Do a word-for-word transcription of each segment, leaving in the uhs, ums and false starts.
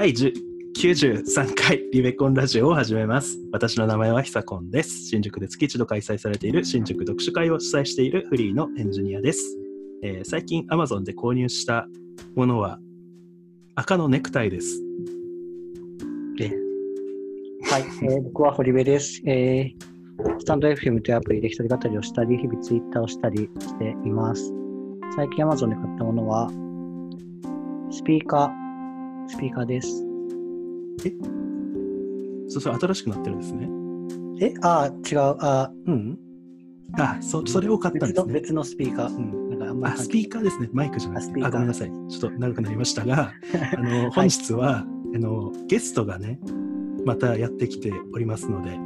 だいきゅうじゅうさんかいリベコンラジオを始めます。私の名前はひさこんです。新宿で月一度開催されている新宿読書会を主催しているフリーのエンジニアです。えー、最近 Amazon で購入したものは赤のネクタイです。 えはい、えー、僕は堀部です、えー。スタンド エフエム というアプリで一人語りをしたり、日々ツイッターをしたりしています。最近 Amazon で買ったものはスピーカー、スピーカーです。 えそうそう、新しくなってるんですね。 えあ違う、あうん。 あそ、それを買ったんですね。 別の、別のスピーカー。うん。なんかあんまりあ、スピーカーですね。マイクじゃないですね。 あ、 あ、ごめんなさい。ちょっと長くなりましたが、あの本日は、はい、あのゲストがね、またやってきておりますので、はい、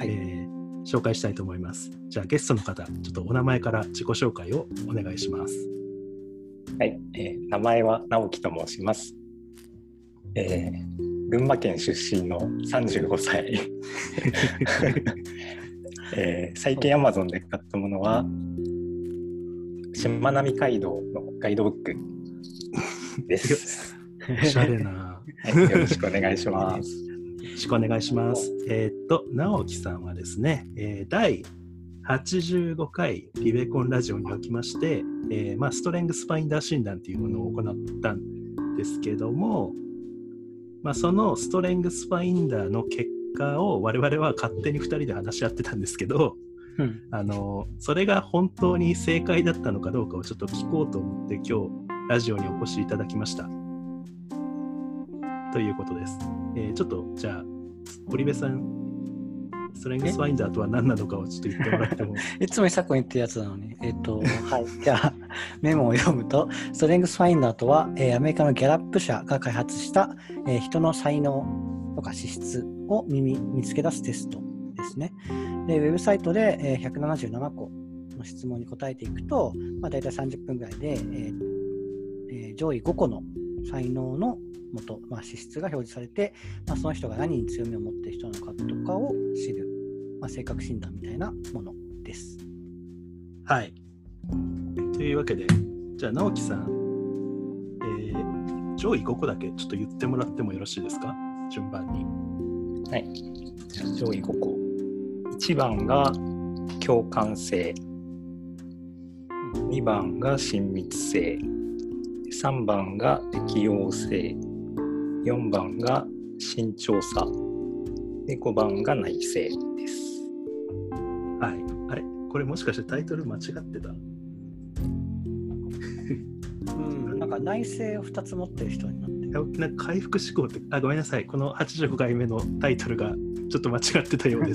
えー、紹介したいと思います。じゃあゲストの方、ちょっとお名前から自己紹介をお願いします。 はい、えー、名前は直樹と申します。えー、群馬県出身のさんじゅうごさい、えー、最近 Amazon で買ったものはしまなみ海道のガイドブックです。 おしゃれな、 はい、よろしくお願いします。 よろしくお願いします。えー、っと直樹さんはですね、えー、だいはちじゅうごかいリベコンラジオにおきまして、えーまあ、ストレングスファインダー診断というものを行ったんですけども、まあ、そのストレングスファインダーの結果を我々は勝手にふたりで話し合ってたんですけど、うん、あのそれが本当に正解だったのかどうかをちょっと聞こうと思って今日ラジオにお越しいただきましたということです。えー、ちょっとじゃあ堀部さん、ストレングスファインダーとは何なのかをちょっと言ってもらってもいつもいさこに言ってるやつなのに、えっとはいじゃあメモを読むと、ストレングスファインダーとは、えー、アメリカのギャラップ社が開発した、えー、人の才能とか資質を見見つけ出すテストですね。でウェブサイトで、えー、ひゃくななじゅうななこの質問に答えていくと、まあ、大体さんじゅっぷんぐらいで、えーえー、上位ごこの才能の元、まあ、資質が表示されて、まあ、その人が何に強みを持っている人なのかとかを知る、まあ、性格診断みたいなものです。 はい。というわけで、じゃあ直樹さん、えー、上位ごこだけちょっと言ってもらってもよろしいですか、順番に。 はい。じゃあ上位ごこ。いちばんが共感性、にばんが親密性、さんばんが適応性、よんばんが慎重さ、でごばんが内省です。 はい。あれこれもしかしてタイトル間違ってた？ うん、なんか内省をふたつ持ってる人になってる。 なんか回復思考って、あ、ごめんなさい。このはちじゅうごかいめのタイトルがちょっと間違ってたようです。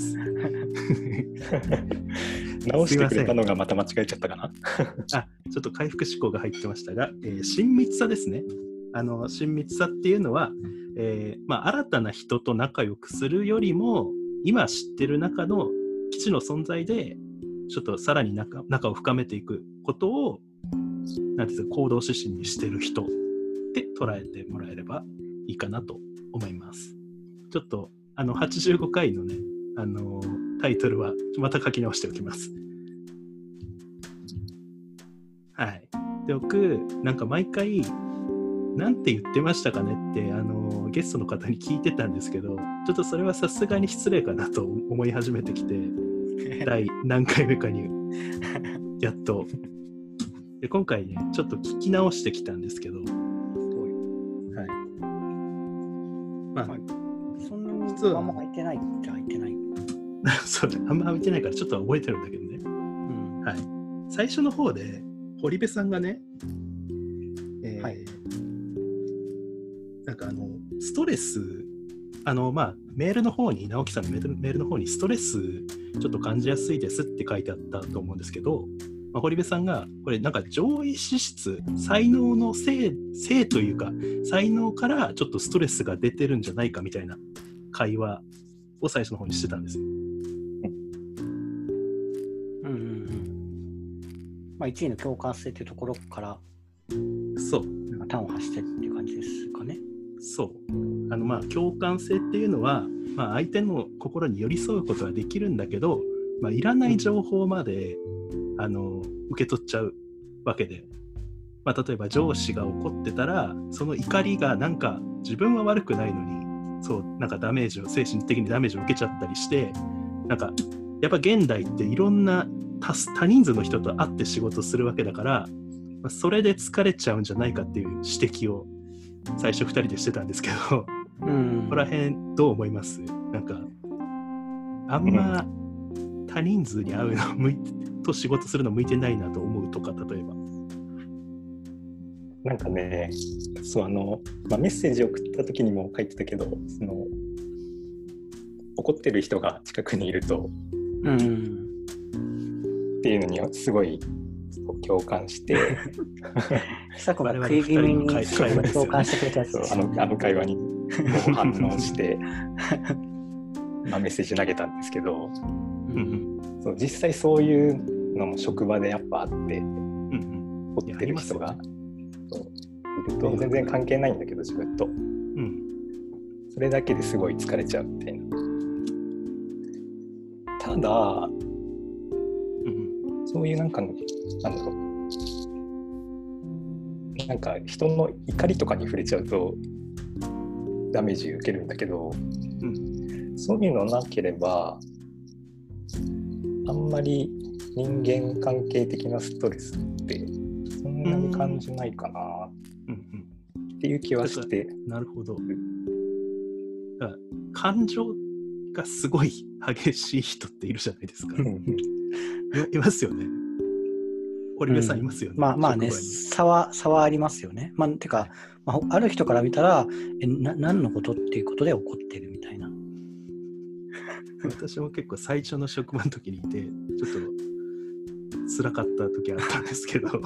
直してくれたのがまた間違えちゃったかな。 あ、ちょっと回復思考が入ってましたが、えー、親密さですね。あの親密さっていうのは、えーまあ、新たな人と仲良くするよりも今知ってる中の基地の存在でちょっとさらに 仲, 仲を深めていくことをなんていうか行動指針にしてる人って捉えてもらえればいいかなと思います。ちょっとあのはちじゅうごかいのね、あのー、タイトルはまた書き直しておきます。はい。で、僕なんか毎回なんて言ってましたかねって、あのゲストの方に聞いてたんですけど、ちょっとそれはさすがに失礼かなと思い始めてきて第何回目かにやっとで今回ねちょっと聞き直してきたんですけど、はい、 まあ、はい、そんなにあんま入ってないじゃ入ってないそうあんま入ってないからちょっと覚えてるんだけどね、うん、はい。最初の方で堀部さんがね、えーはい、なんかあのストレス、あのまあメールの方に直樹さんのメール、メールの方にストレスちょっと感じやすいですって書いてあったと思うんですけど、まあ、堀部さんがこれなんか上位資質、才能の性、性というか才能からちょっとストレスが出てるんじゃないかみたいな会話を最初の方にしてたんですよ。 うんうんうん。まあいちいの共感性というところからそうなんか端を発してっていう感じですかね。 そうあのまあ共感性っていうのは、まあ、相手の心に寄り添うことはできるんだけど、まあ、いらない情報まであの受け取っちゃうわけで、 まあ、例えば上司が怒ってたらその怒りがなんか自分は悪くないのにそうなんかダメージを精神的にダメージを受けちゃったりしてなんかやっぱ現代っていろんな 多, 多人数の人と会って仕事するわけだから、まあ、それで疲れちゃうんじゃないかっていう指摘を最初ふたりでしてたんですけど、うん、ここら辺どう思います？なんかあんま他人数に会うの向いてと仕事するの向いてないなと思うとか、例えばなんかね、そうあの、まあ、メッセージを送った時にも書いてたけど、その怒ってる人が近くにいると、うん、っていうのにはすごい共感して久子が食い気味に共感してくれたやつです、 ね、あのあの会話に反応してまあメッセージ投げたんですけど、うん、そう実際そういうのも職場でやっぱあって、うん、怒ってる人がいると全然関係ないんだけど自分と、うん、それだけですごい疲れちゃうみたいな。ただ、うん、そういうなんかなんだろうなんか人の怒りとかに触れちゃうとダメージ受けるんだけど、うん、そういうのなければあんまり人間関係的なストレスってそんなに感じないかなっていう気はして、 うん、なるほど。感情がすごい激しい人っているじゃないですか。い, いますよね。堀部さんいますよね。 うん、まあまあね、差は差はありますよね。まあてか、まあ、ある人から見たらえな何のことっていうことで怒ってるみたいな。 私も結構最初の職場の時にいてちょっと辛かった時あったんですけど、はい。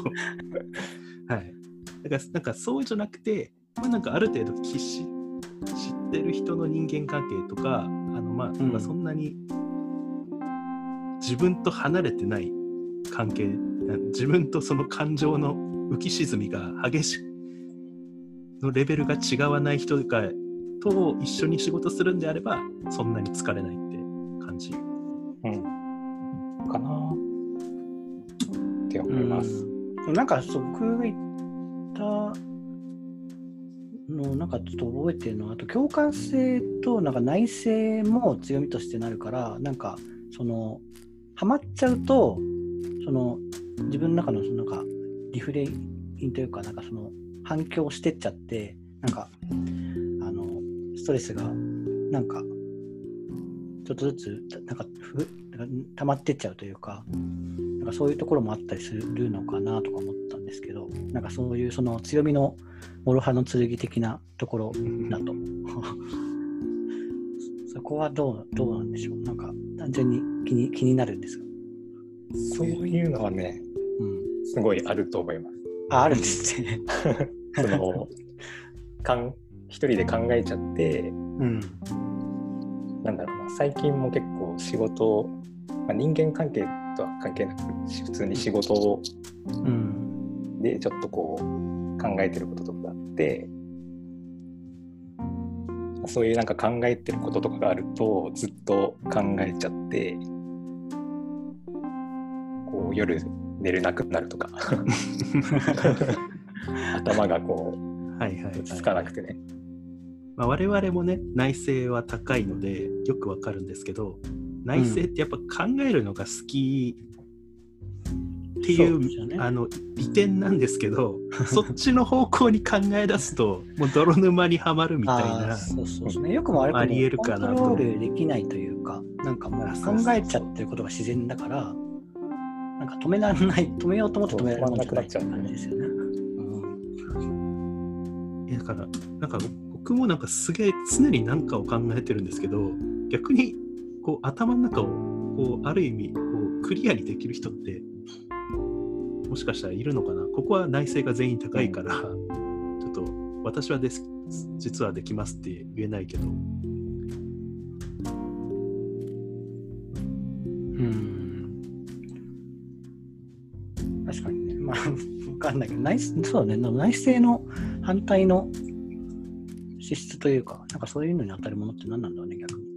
だからなんかそうじゃなくて、まあ、なんかある程度知ってる人の人間関係とか、あのまあ、うん、まあそんなに自分と離れてない関係、自分とその感情の浮き沈みが激しくのレベルが違わない人がと一緒に仕事するんであればそんなに疲れないって感じ、うん、 かなって思います。 うん、なんかそう僕が言ったのなんかちょっと覚えてるのは、あと共感性となんか内省も強みとしてなるから、なんかそのハマっちゃうとその自分の中のそのなんかリフレインというかなんかその反響してっちゃってなんかあのストレスがなんかちょっとずつなんかふなんか溜まってっちゃうというか、なんかそういうところもあったりするのかなとか思ったんですけど、なんかそういうその強みの諸刃の剣的なところだとそこはどうどうなんでしょう。なんか単純に気に気になるんですが。 そういうのはね、うん、すごいあると思います。 あ、あるんですね。 そのかん一人で考えちゃって、うん、なんだろうな、最近も結構仕事、まあ、人間関係とは関係なく普通に仕事を、うん、でちょっとこう考えてることとかがあって、そういうなんか考えてることとかがあるとずっと考えちゃってこう夜寝れなくなるとか頭がこう、はいはいはい、つかなくてね、 まあ、我々もね内省は高いのでよくわかるんですけど、内省ってやっぱ考えるのが好きっていう、うんね、あの利点なんですけどそっちの方向に考え出すともう泥沼にはまるみたいなそうそうそう、ね、よくも悪くもありえるかなとコントロールできないというか、なんかもう考えちゃってることが自然だからなんか止められない、止めようと思って止められなくなっちゃう感じですよね。うん、 いやだからなんか僕もなんかすげえ常に何かを考えてるんですけど、逆にこう頭の中をこうある意味こうクリアにできる人ってもしかしたらいるのかな。ここは内省が全員高いから、うん、ちょっと私はです実はできますって言えないけど、 うん確かにね、まあ分かんないけど内そうだね、内省の反対の資質というか、なんかそういうのに当たるものって何なんだろうね、逆に。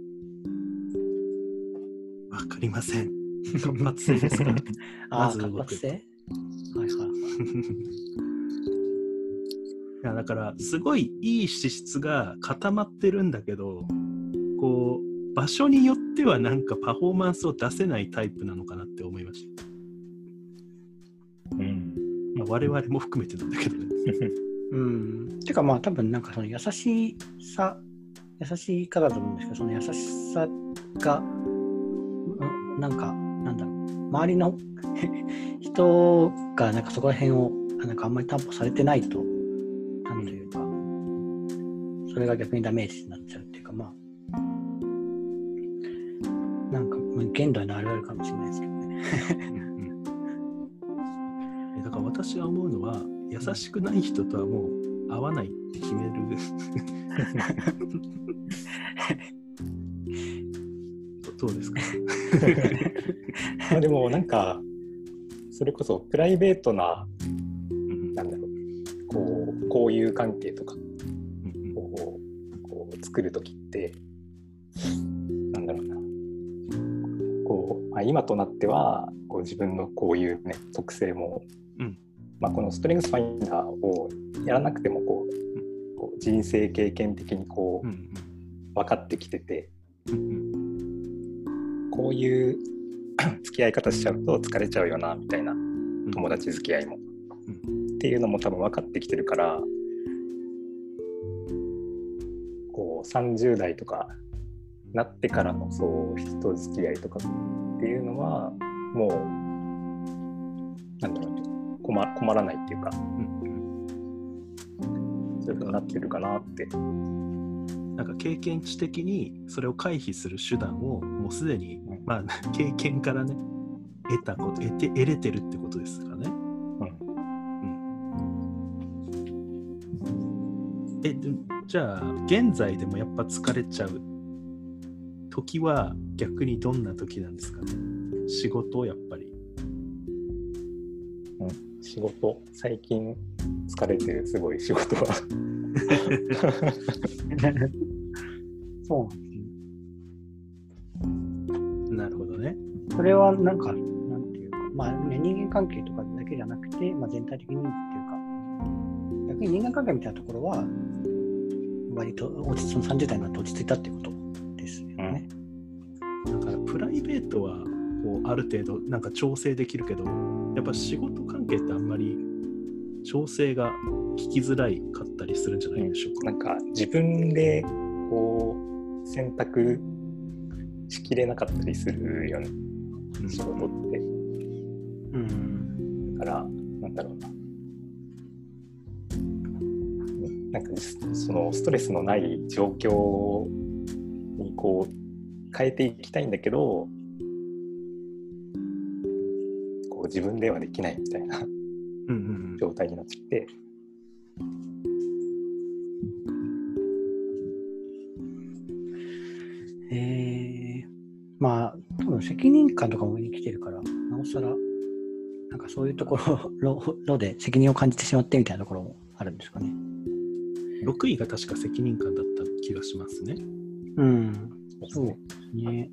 わかりません。活発性ですか。 ああ、活発性。はいはいはい。 やだからすごいいい資質が固まってるんだけど、こう場所によってはなんかパフォーマンスを出せないタイプなのかなって思いました。うん。まあ、我々も含めてなんだけどね。 うん。てかまあ多分なんかその優しさ、優しい方だと思うんですけど、その優しさがなんかなんだろう、周りの人がなんかそこら辺をなんかあんまり担保されてないと、なんというか、それが逆にダメージになっちゃうっていうか、まあなんか現代のあるあるかもしれないですけどね。 だから私が思うのは、優しくない人とはもう会わないって決める。どうですか？ まあでもなんかそれこそプライベートな、なんだろう、こう交友関係とかをこう作るときって、なんだろうな、こう、まあ、今となってはこう自分のこういうね特性も、うんまあ、このストレングスファインダーをやらなくてもこう、こう人生経験的にこう、うん、分かってきてて、うんこういう付き合い方しちゃうと疲れちゃうよなみたいな、友達付き合いも、うん、っていうのも多分分かってきてるから、こうさんじゅう代とかなってからのそう人付き合いとかっていうのはもうなんだろう、困、困らないっていうか、うんうん、そういう風になってるかなって。 なんか経験値的にそれを回避する手段をもうすでに、うんまあ、経験からね得たこと得て得れてるってことですからね。うんうん、えじゃあ現在でもやっぱ疲れちゃう時は逆にどんな時なんですかね？仕事やっぱり、 うん、仕事最近疲れてる、すごい仕事は。 そうなんですね。なるほどね。 それはなんか、なんていうか、まあ、ね、人間関係とかだけじゃなくて、まあ、全体的にっていうか、逆に人間関係みたいなところは、割と落ちそのさんじゅう代になって落ち着いたっていうことですよね。 うん、なんかプライベートはこうある程度なんか調整できるけど、やっぱ仕事関係ってあんまり調整が聞きづらいかったりするんじゃないでしょうか。 なんか自分でこう選択しきれなかったりするよね、うん、仕事って、うん、だからなんだろうな、なんかそのストレスのない状況にこう変えていきたいんだけど、こう自分ではできないみたいな状態になっちゃって、 えー、まあ多分責任感とかも上に来てるから、なおさらなんかそういうところので責任を感じてしまってみたいなところもあるんですかね。 ろくいが確か責任感だった気がしますね。 うん、そうですね。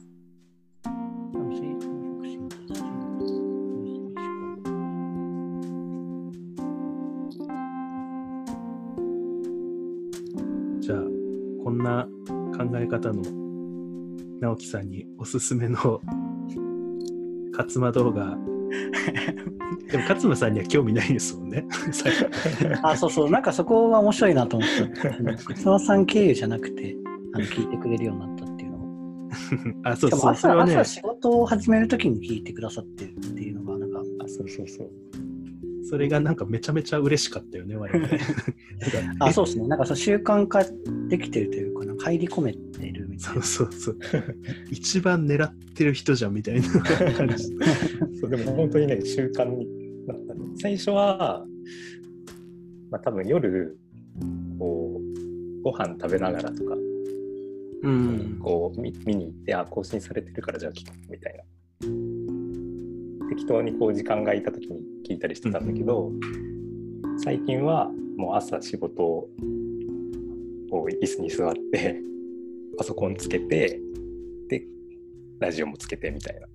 じゃあこんな考え方の直樹さんにおすすめの勝間動画でも勝間さんには興味ないですもんね。 あ、そうそう、なんかそこは面白いなと思って勝間さん経由じゃなくてあの聞いてくれるようになったっていうのをあ、そうそう、 朝、それはね、朝仕事を始めるときに聞いてくださってるっていうのがなんか、 あ、そうそうそう、 それがなんかめちゃめちゃ嬉しかったよね、我々。 あ、そうですね。なんかその習慣化できてるというか、なんか入り込めてるみたいな。 そうそうそう。一番狙ってる人じゃんみたいな感じ。 そうでも本当にね、習慣になったね。最初は、まあ多分夜こうご飯食べながらとか、うん、こう 見, 見に行って、あ、更新されてるからじゃあ聞こうみたいな。適当にこう時間が空いた時に聞いたりしてたんだけど、うん、最近はもう朝仕事を椅子に座ってパソコンつけてでラジオもつけてみたいな。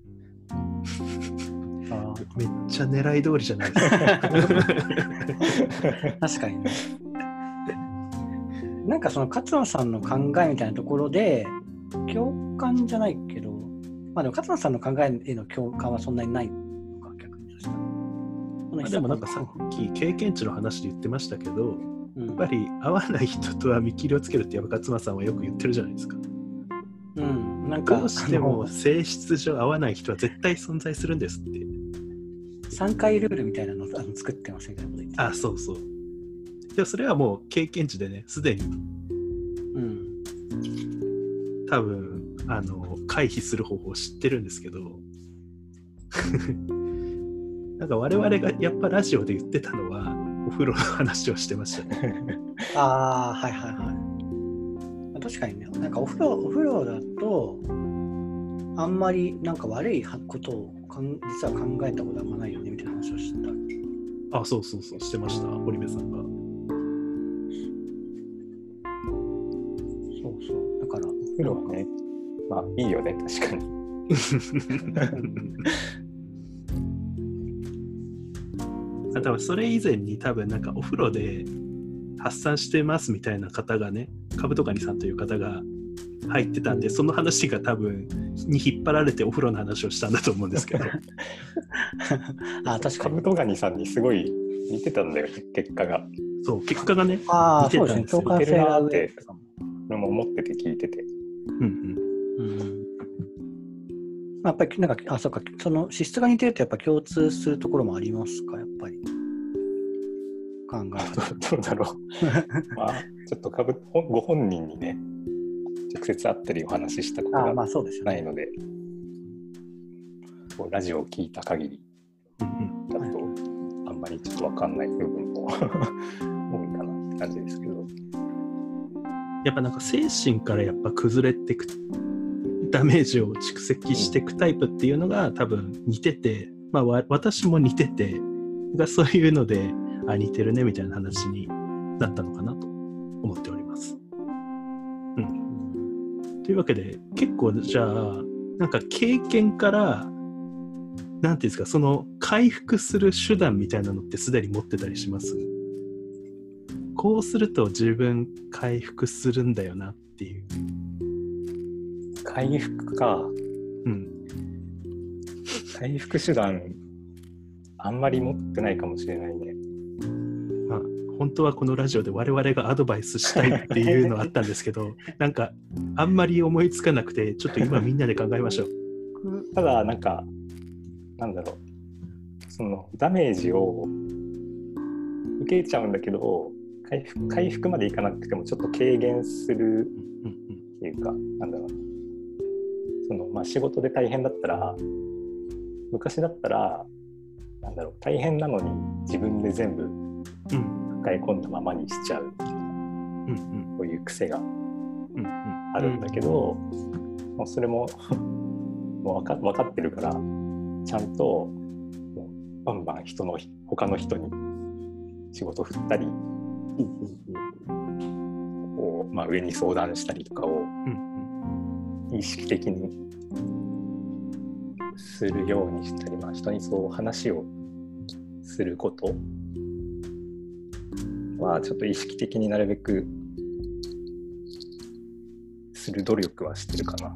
あ、めっちゃ狙い通りじゃないですか。 確かにね。 なんかその勝野さんの考えみたいなところで共感じゃないけど、まあでも勝野さんの考えへの共感はそんなにないのか、逆にそしたら。 まあ、でもなんかさっき経験値の話で言ってましたけど、 うん、 やっぱり合わない人とは見切りをつけるってやっぱ勝間さんはよく言ってるじゃないですか。 うん、なんかどうしても性質上合わない人は絶対存在するんですって。 さんかいルールみたいなのを作ってませんか？ あ、そうそう。でもそれはもう経験値でね、すでに、 うん、 多分あの回避する方法を知ってるんですけどなんか我々がやっぱラジオで言ってたのはお風呂の話をしてましたねああ、はいはいはい。確かにね、なんかお風呂、お風呂だとあんまりなんか悪いことをかん実は考えたことはあんまないよねみたいな話をした。 あ、そうそうそう、してました、堀部さんが。 そうそう、だからお風呂はね、まあいいよね、確かにあ、多分それ以前に多分なんかお風呂で発散してますみたいな方がね、カブトガニさんという方が入ってたんで、その話が多分に引っ張られてお風呂の話をしたんだと思うんですけどあ、確かにカブトガニさんにすごい似てたんだよね、結果が。 そう、結果がね、 あ、 似てたんですよ。 似てるなって俺も思ってて聞いてて、 うんうん、 うん、やっぱりなんか、あ、そうか、その資質が似てるとやっぱ共通するところもありますか、やっぱり考えどうだろうまあちょっとかぶご本人にね直接会ったりお話ししたことがないので、ラジオを聞いた限りだとあんまりちょっと分かんない部分も多いかなって感じですけど、 やっぱなんか精神からやっぱ崩れてくダメージを蓄積していくタイプっていうのが多分似てて、まあ私も似てて、がそういうのであ似てるねみたいな話になったのかなと思っております。うん。というわけで結構じゃあなんか経験からなんていうんですか、その回復する手段みたいなのってすでに持ってたりします？こうすると自分回復するんだよなっていう。 回復か。うん。回復手段あんまり持ってないかもしれないね。 まあ本当はこのラジオで我々がアドバイスしたいっていうのはあったんですけどなんかあんまり思いつかなくて、ちょっと今みんなで考えましょう。 ただなんかなんだろう、そのダメージを受けちゃうんだけど回復、回復までいかなくてもちょっと軽減するっていうか、なんだろう、そのまあ仕事で大変だったら、昔だったらなんだろう、大変なのに自分で全部抱え込んだままにしちゃうっていう、うんうん、こういう癖があるんだけど、もうそれももう分か、分かってるからちゃんともうバンバン人の他の人に仕事振ったり、こうまあ、上に相談したりとかを意識的にするようにしたり、まあ、人にそう話をすることはちょっと意識的になるべくする努力はしてるかな。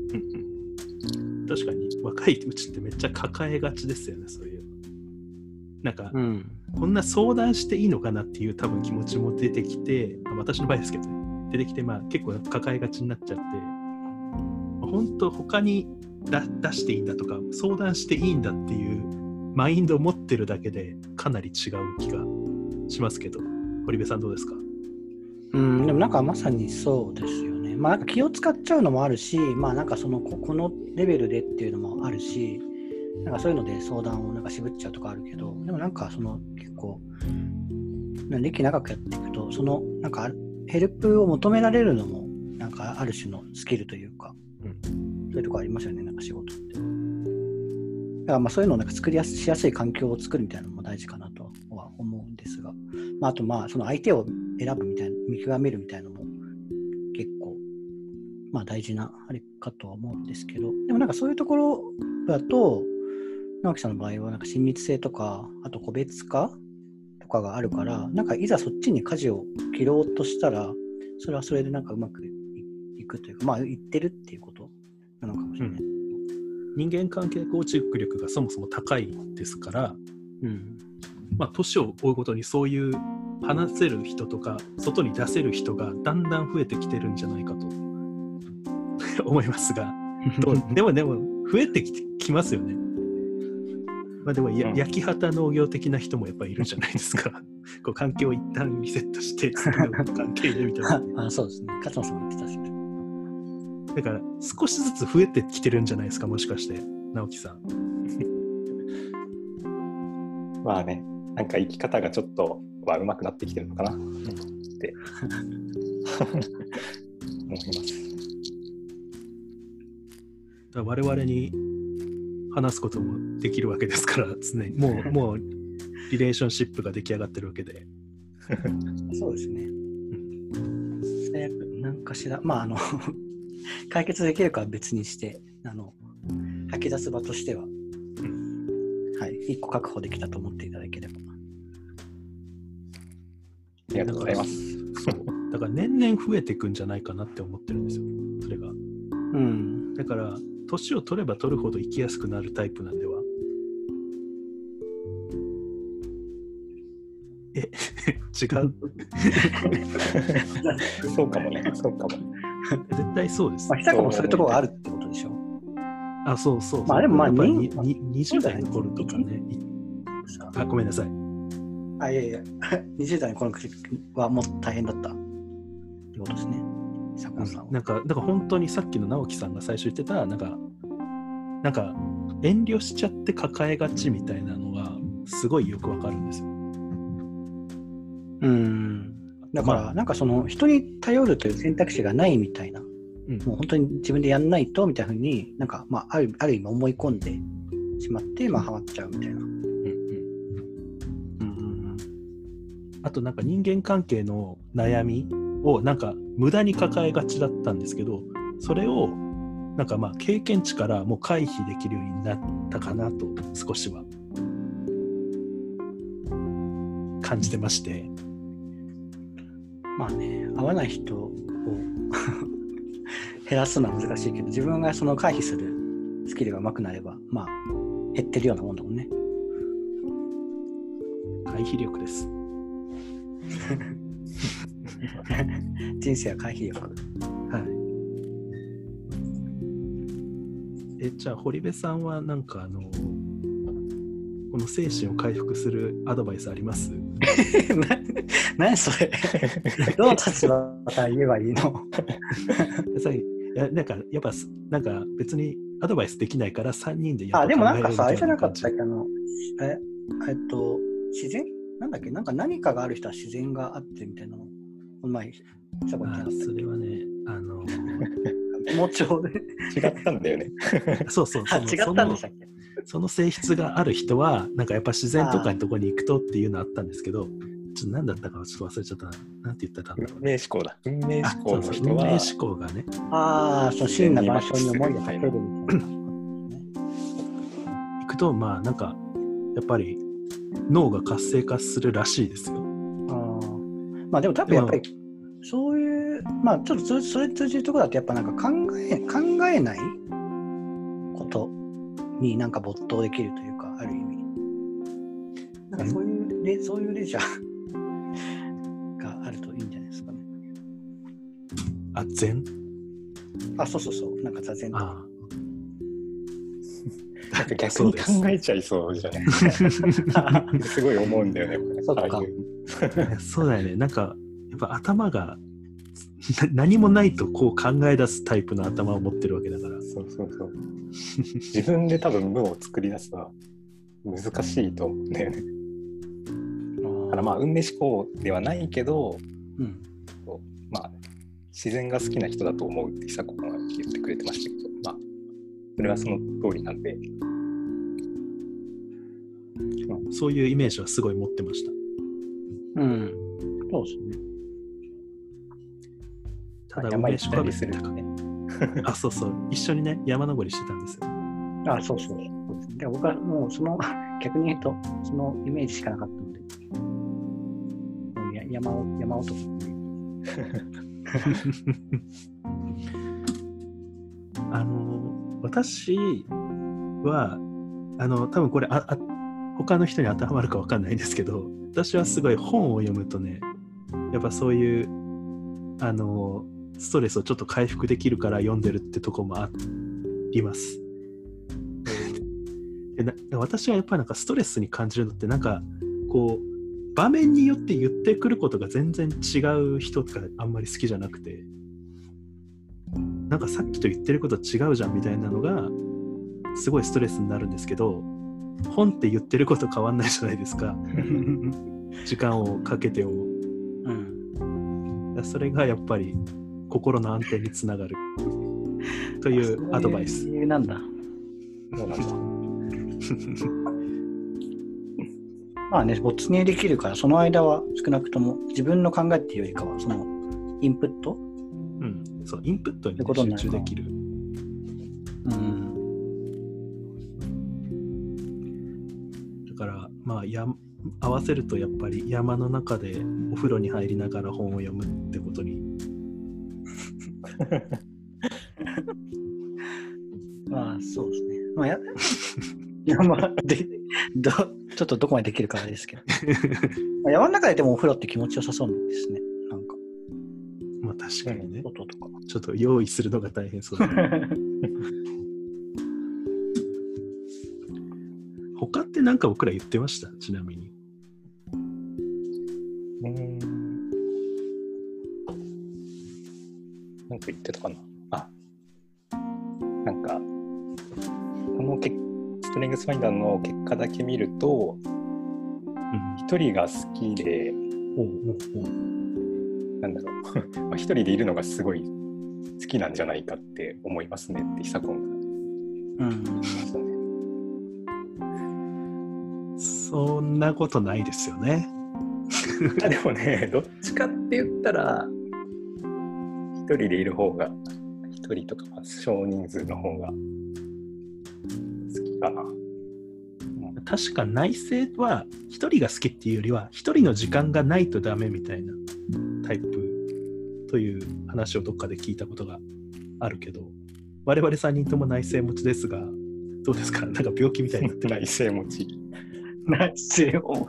確かに若いうちってめっちゃ抱えがちですよね、そういうなんか、うん、こんな相談していいのかなっていう多分気持ちも出てきて、まあ、私の場合ですけどね、出てきて、まあ結構抱えがちになっちゃって、本当他に出していいんだとか相談していいんだっていうマインドを持ってるだけでかなり違う気がしますけど、堀部さんどうですか？ うん、でもなんかまさにそうですよね。まあなんか気を使っちゃうのもあるし、まあなんかそのここのレベルでっていうのもあるし、なんかそういうので相談をなんか渋っちゃうとかあるけど、でもなんかその結構歴長くやっていくと、そのなんかヘルプを求められるのもなんかある種のスキルというか、うん、そういうとこありますよね、なんか仕事って。だからまあそういうのをなんか作りやすしやすい環境を作るみたいなのも大事かなとは思うんですが、まあ、あとまあその相手を選ぶみたいな、見極めるみたいなのも結構まあ大事なあれかとは思うんですけど、でもなんかそういうところだと直樹さんの場合はなんか親密性とか、あと個別化とかがあるから、なんかいざそっちに舵を切ろうとしたら、 それはそれでなんかうまく い, いくというか、まあいってるっていうことなのかもしれない。うん、 人間関係構築力がそもそも高いですから、うん、まあ年を追うごとにそういう話せる人とか外に出せる人がだんだん増えてきてるんじゃないかと思いますがでもでも増えてきてきますよね。まあでもや、うん、焼き畑農業的な人もやっぱりいるじゃないですかこう環境を一旦リセットして次の関係でみたいなあ、そうですね。勝野さんも言ってたし、 だから少しずつ増えてきてるんじゃないですか、もしかして直樹さんまあね、なんか生き方がちょっとは上手くなってきてるのかなって思います。 我々に話すこともできるわけですから常にもうもうリレーションシップが出来上がってるわけでそうですね、うん、最悪何かしらまああの解決できるかは別にしてあの吐き出す場としては、うん、はい、いっこ確保できたと思っていただければ。 ありがとうございます。 そうだから年々増えていくんじゃないかなって思ってるんですよ、それが。うん、だから年を取れば取るほど生きやすくなるタイプなんでは。え違うそうかもね、そうかも。 絶対そうです。 まあ、ひたかもそういうところがあるってことでしょ。 あ、そうそうそう。 まあでもまあににじゅう代の頃とかね。あ、ごめんなさい。 あ、いやいや、にじゅう代の頃はもっと大変だったってことですね。 なんかだから本当にさっきの直樹さんが最初言ってたなんかなんか遠慮しちゃって抱えがちみたいなのがすごいよくわかるんですよ。 うん。だから、まあ、なんかその人に頼るという選択肢がないみたいな、うん、もう本当に自分でやんないとみたいな風になんかまああるある意味思い込んでしまってまあハマっちゃうみたいな。うんうんうん。あとなんか人間関係の悩みをなんか無駄に抱えがちだったんですけど、それをなんかまあ経験値からもう回避できるようになったかなと少しは感じてまして、 まあね、合わない人を減らすのは難しいけど、自分がその回避するスキルが上手くなればまあ減ってるようなもんだもんね。 回避力です人生は回避力。 はい。え、じゃあ堀部さんはなんかあのこの精神を回復するアドバイスあります？ な何それどの立場から言えばいいのいやなんかやっぱなんか別にアドバイスできないからさんにんでやっあ、でもなんかさ、あれじゃなかったっけ、あのええっと自然なんだっけ、なんか何かがある人は自然があってみたいなのこの前したことなかったっけ。 それはね、あのもうちょで違ったんだよねそうそうそう。 違ったんでしたっけ。 その性質がある人はなんかやっぱ自然とかのところに行くとっていうのあったんですけど、ちょっと何だったかちょっと忘れちゃったな。なんて言ってたんだろう。 運命思考だ。運命思考の人は。 運命思考がね。 ああ、そう、真な場所に思いをかけるみたいな。 行くとまあなんかやっぱり脳が活性化するらしいですよ。 あまあでも多分やっぱりそういうまあちょっとそれそれ通じるところだとやっぱなんか考え考えないことになんか没頭できるというか、ある意味なんかそういうレそういうレジャーがあるといいんじゃないですかね。 あ、禅？ あ、そうそうそう、なんか座禅とか。 なんか逆に考えちゃいそうじゃないすごい思うんだよね。 そうか。 そうだよね。なんかやっぱ頭が何もないとこう考え出すタイプの頭を持ってるわけだから。 そうそうそう。自分で多分無を作り出すのは難しいと思うんだよね。だからまあ運命思考ではないけど、うん、まあ自然が好きな人だと思うって久子が言ってくれてましたけど、まあそれはその通りなんで、 うん、そういうイメージはすごい持ってました。 うん、そうですね。 ただ運命思考はするね。あ、そうそう、一緒にね山登りしてたんですよ。 あ、そうそうそうですね。で僕はもうその逆に言うとそのイメージしかなかったので、山を山男ってあの私はあの多分これああ他の人に当てはまるか分かんないんですけど、私はすごい本を読むとね、やっぱそういうあのストレスをちょっと回復できるから読んでるってとこもあります。でな私はやっぱりなんかストレスに感じるのってなんかこう場面によって言ってくることが全然違う人とかあんまり好きじゃなくて、なんかさっきと言ってること違うじゃんみたいなのがすごいストレスになるんですけど、本って言ってること変わんないじゃないですか。時間をかけてを、うん、それがやっぱり心の安定につながるというアドバイス。 そういうなんだ。 そうなんだ。 まあね、没入できるから、その間は少なくとも自分の考えっていうよりかは、そのインプット、 うん、そうインプットに、ね、集中できる。うん。だからまあや合わせるとやっぱり山の中でお風呂に入りながら本を読むってことに。 まあそうですね。まあや山でどちょっとどこまでできるかあれですけど。まあ山の中ででもお風呂って気持ちよさそうですね。なんか。 まあ確かにね。 音とかちょっと用意するのが大変そうだね。他って何か僕ら言ってました？ちなみに。 うーん。なんか言ってたかな。あ、なんかこのけストレングスファインダーの結果だけ見ると、一、うん、人が好きで、おうおうおうなんだろう、まあ、一人でいるのがすごい好きなんじゃないかって思いますねって久子が言いましたね。 そんなことないですよね。 でもね、どっちかって言ったら一人でいる方が、一人とか少人数の方が好きかな。 確か内省は一人が好きっていうよりは一人の時間がないとダメみたいなタイプという話をどっかで聞いたことがあるけど、我々さんにんとも内省持ちですがどうですか？なんか病気みたいになって内省持ち内省を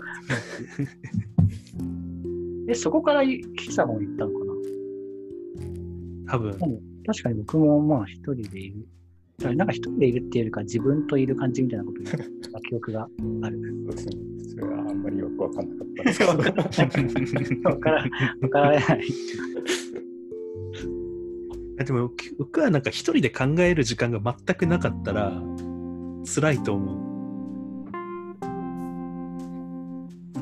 え、そこからキサゴン行ったのかな？多分。 確かに僕もまあ一人でいる。なんか一人でいるっていうよりか自分といる感じみたいなことに記憶がある。 そうですね。それはあんまりよく分かんなかったですけど。 分から分からない。 でも僕はなんか一人で考える時間が全くなかったら辛いと思う。うん。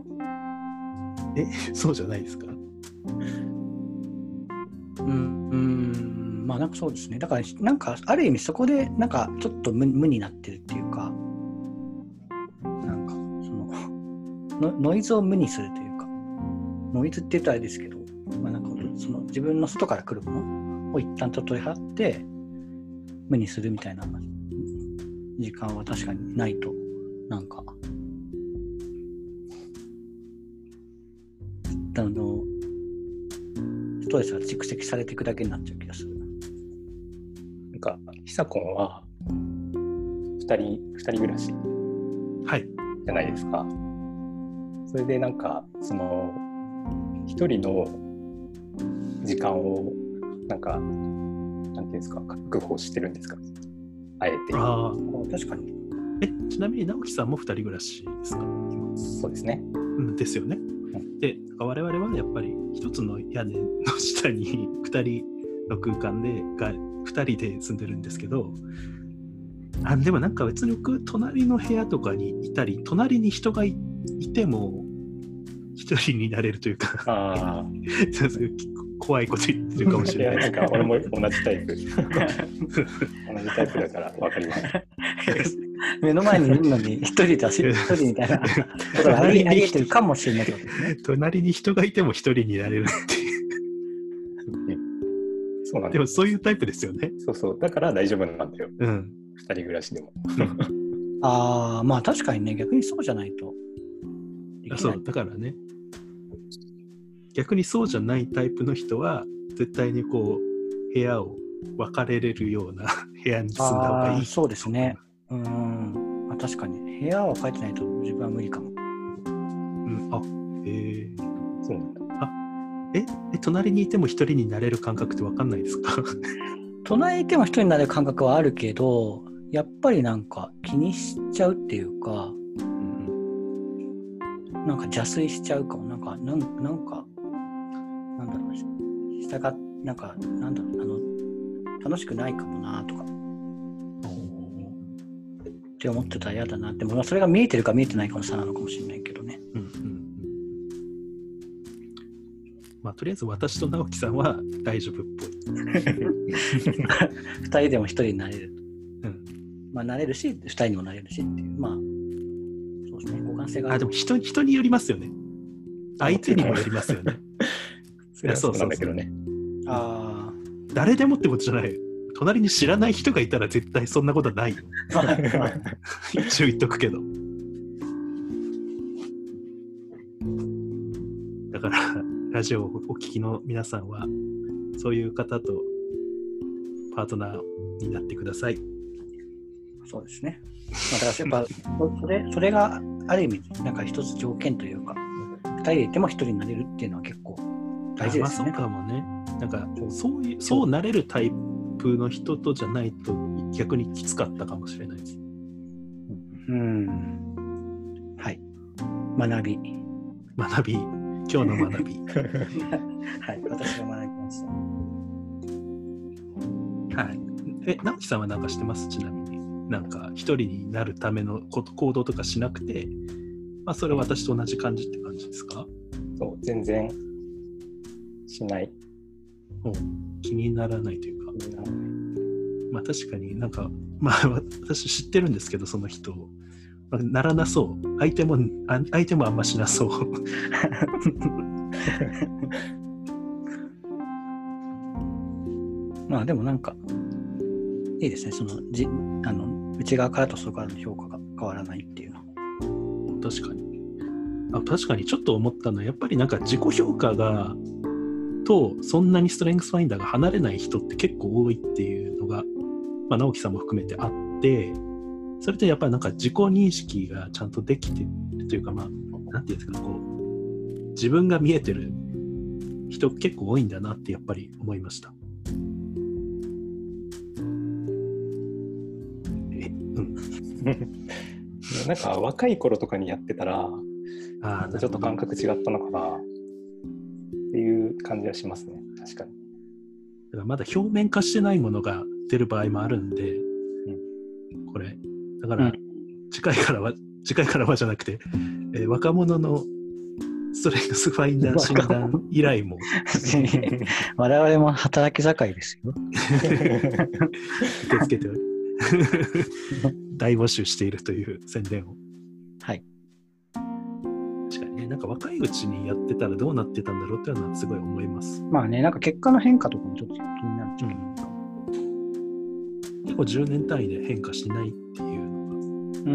え、そうじゃないですか？ うん。うんまあなんかそうですね。だからなんかある意味そこでなんかちょっと 無, 無になってるっていうか、なんかそののノイズを無にするというか、ノイズって言ったらあれですけど、まあなんかその自分の外から来るものを一旦取り払って無にするみたいな時間は確かにないとなんかあのストレスが蓄積されていくだけになっちゃう気がする。 なんか久子はふたりふたり暮らしじゃないですか。はい、それでなんかその一人の時間をなんかなんていうんですか、確保してるんですか？あえて。 ああ、 確かに。 え、ちなみに直樹さんもふたり暮らしですか？ そうですね。 うん、ですよね。うん、で、我々はやっぱり一つの屋根の下にふたりの空間でがふたりで住んでるんですけど、あでもなんか別に僕隣の部屋とかにいたり隣に人が い, いても一人になれるというかあ怖いこと言ってるかもしれない。 いやなんか俺も同じタイプ同じタイプだから分かります。 目の前にいるのに一人だし一人みたいなことがありえてるかもしれないですね。 隣に人がいても一人になれるっていうそうなんでもそういうタイプですよね。 そうそう、だから大丈夫なんだよ。うん。二人暮らしでも。 ああ、まあ確かにね、逆にそうじゃないと。 あ、そうだからね。 逆にそうじゃないタイプの人は絶対にこう部屋を分かれれるような部屋に住んだ方がいい。 そうですね。うん、あ、確かに部屋は書いてないと自分は無理かも。 うん、あ、えー、 そうなんだ。 あ、え、え、隣にいても一人になれる感覚って分かんないですか？ 隣にいても一人になれる感覚はあるけど、やっぱりなんか気にしちゃうっていうか、うん、なんか邪推しちゃうかも。なんか、なんなんか、なんだろう、したが、なんか、なんだろう、あの、楽しくないかもなとか、って思ってたら嫌だなって、もそれが見えてるか見えてないかの差なのかもしれないけどね。うんうん。 まあ、とりあえず私と直樹さんは大丈夫っぽい。 二人でも一人になれる。 うん。 まあ、なれるし、二人にもなれるしっていう。まあ、そうですね。互換性がある。 あ、でも人、人によりますよね。相手にもよりますよね。 それはそうなんだけどね。 ああ。 誰でもってことじゃない。隣に知らない人がいたら絶対そんなことはないよ。一応言っとくけど。だから、ラジオをお聞きの皆さんは、そういう方とパートナーになってください。 そうですね。まあ、だからやっぱそれ、それがある意味、なんか一つ条件というか、二人でいても一人になれるっていうのは結構大事ですよね。 まあ、そうかもね。なんかそういう、そうなれるタイプの人とじゃないと逆にきつかったかもしれないです。 うん。はい。学び。 学び。今日の学び。 はい。私が学びました。 はい。え、直樹さんは何かしてます？ちなみに。なんか一人になるための行動とかしなくて、まあそれは私と同じ感じって感じですか？ そう、全然しない。 気にならないというか。まあ確かになんか、まあ私知ってるんですけど、その人を。まあ、ならなそう。相手も、あ相手もあんましなそう。 まあでもなんか、いいですね。そのじあの内側からと外側の評価が変わらないっていうの。 確かに。あ、確かにちょっと思ったのは、やっぱりなんか自己評価が、とそんなにストレングスファインダーが離れない人って結構多いっていうのが、まあ、直樹さんも含めてあって、それってやっぱりなんか自己認識がちゃんとできてるというか、まあ、なんていうんですかね、こう、自分が見えてる人結構多いんだなってやっぱり思いました。え、うん。 なんか若い頃とかにやってたら、あちょっと感覚違ったのかなっていう感じはしますね。確かに。 だからまだ表面化してないものが出る場合もあるんで、うん、これだから、うん、次回からは次回からはじゃなくて、えー、若者のストレングスファインダー診断以来も我々も働き盛りですよ。 受け付けて大募集しているという宣伝を。 はい。 確かにね、なんか若いうちにやってたらどうなってたんだろうっていうのはすごい思います。 まあね、なんか結果の変化とかもちょっと気になっちゃう、 うん、結構じゅうねん単位で変化しないっていうのが、 うん、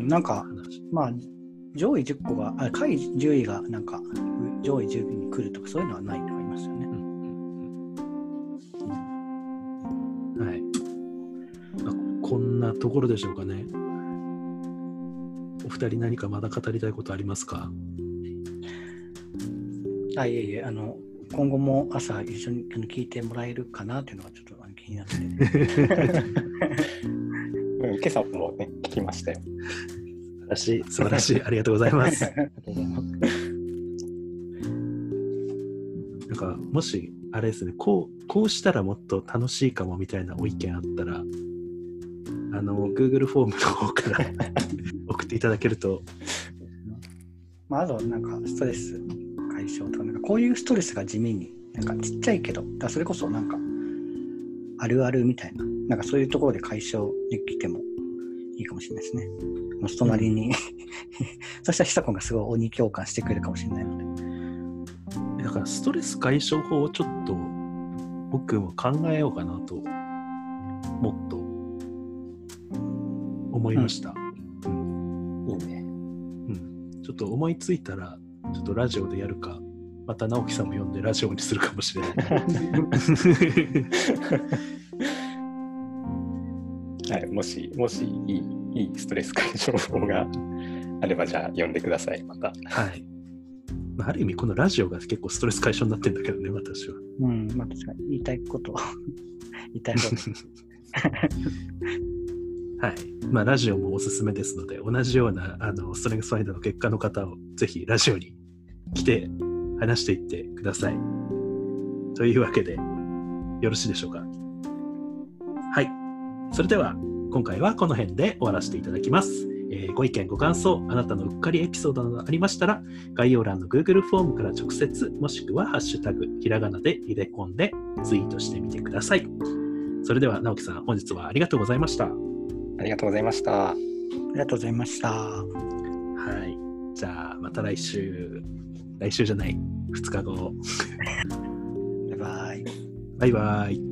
なんかまあ上位じゅっこがあ下位じゅういがなんか上位じゅういに来るとかそういうのはないとか言いますよね。うんうん、はい。あ、こんなところでしょうかね。お二人何かまだ語りたいことありますか？ あ、いえいえ、あの今後も朝一緒に聞いてもらえるかなというのがちょっと気になってうん、今朝もね聞きましたよ。 素晴らしい、素晴らしい、ありがとうございます。なんかもしあれですね、こうこうしたらもっと楽しいかもみたいなご意見あったら、あの Google フォームの方から送っていただけると。 まあ、あとなんかストレス解消とか、なんかこういうストレスが地味になんかちっちゃいけど、だそれこそなんかあるあるみたいな、なんかそういうところで解消できてもいいかもしれないですね。の隣に、うん、そしたら久子がすごい鬼共感してくれるかもしれないので。だからストレス解消法をちょっと僕も考えようかなともっと思いました。うん、 いいね。 うん。ちょっと思いついたらちょっとラジオでやるかまた直樹さんも呼んでラジオにするかもしれない。 はい、もし、もしいい、いいストレス解消法があれば、じゃあ呼んでください、また。 はい。まあ、ある意味、このラジオが結構ストレス解消になってるんだけどね、私は。 うん、まあ確かに言いたいこと言いたいこと。 はい。まあ、ラジオもおすすめですので、同じようなあのストレングスファインダーの結果の方をぜひラジオに来て話していってください。というわけで、よろしいでしょうか。はい。それでは、今回はこの辺で終わらせていただきます。えー、ご意見、ご感想、あなたのうっかりエピソードなどありましたら、概要欄の Google フォームから直接、もしくはハッシュタグ、ひらがなでリレコンでツイートしてみてください。それでは、直樹さん、本日はありがとうございました。 ありがとうございました。 ありがとうございました。 はい。じゃあ、また来週。来週じゃない、ふつかご。 バイバイ。 バイバイ。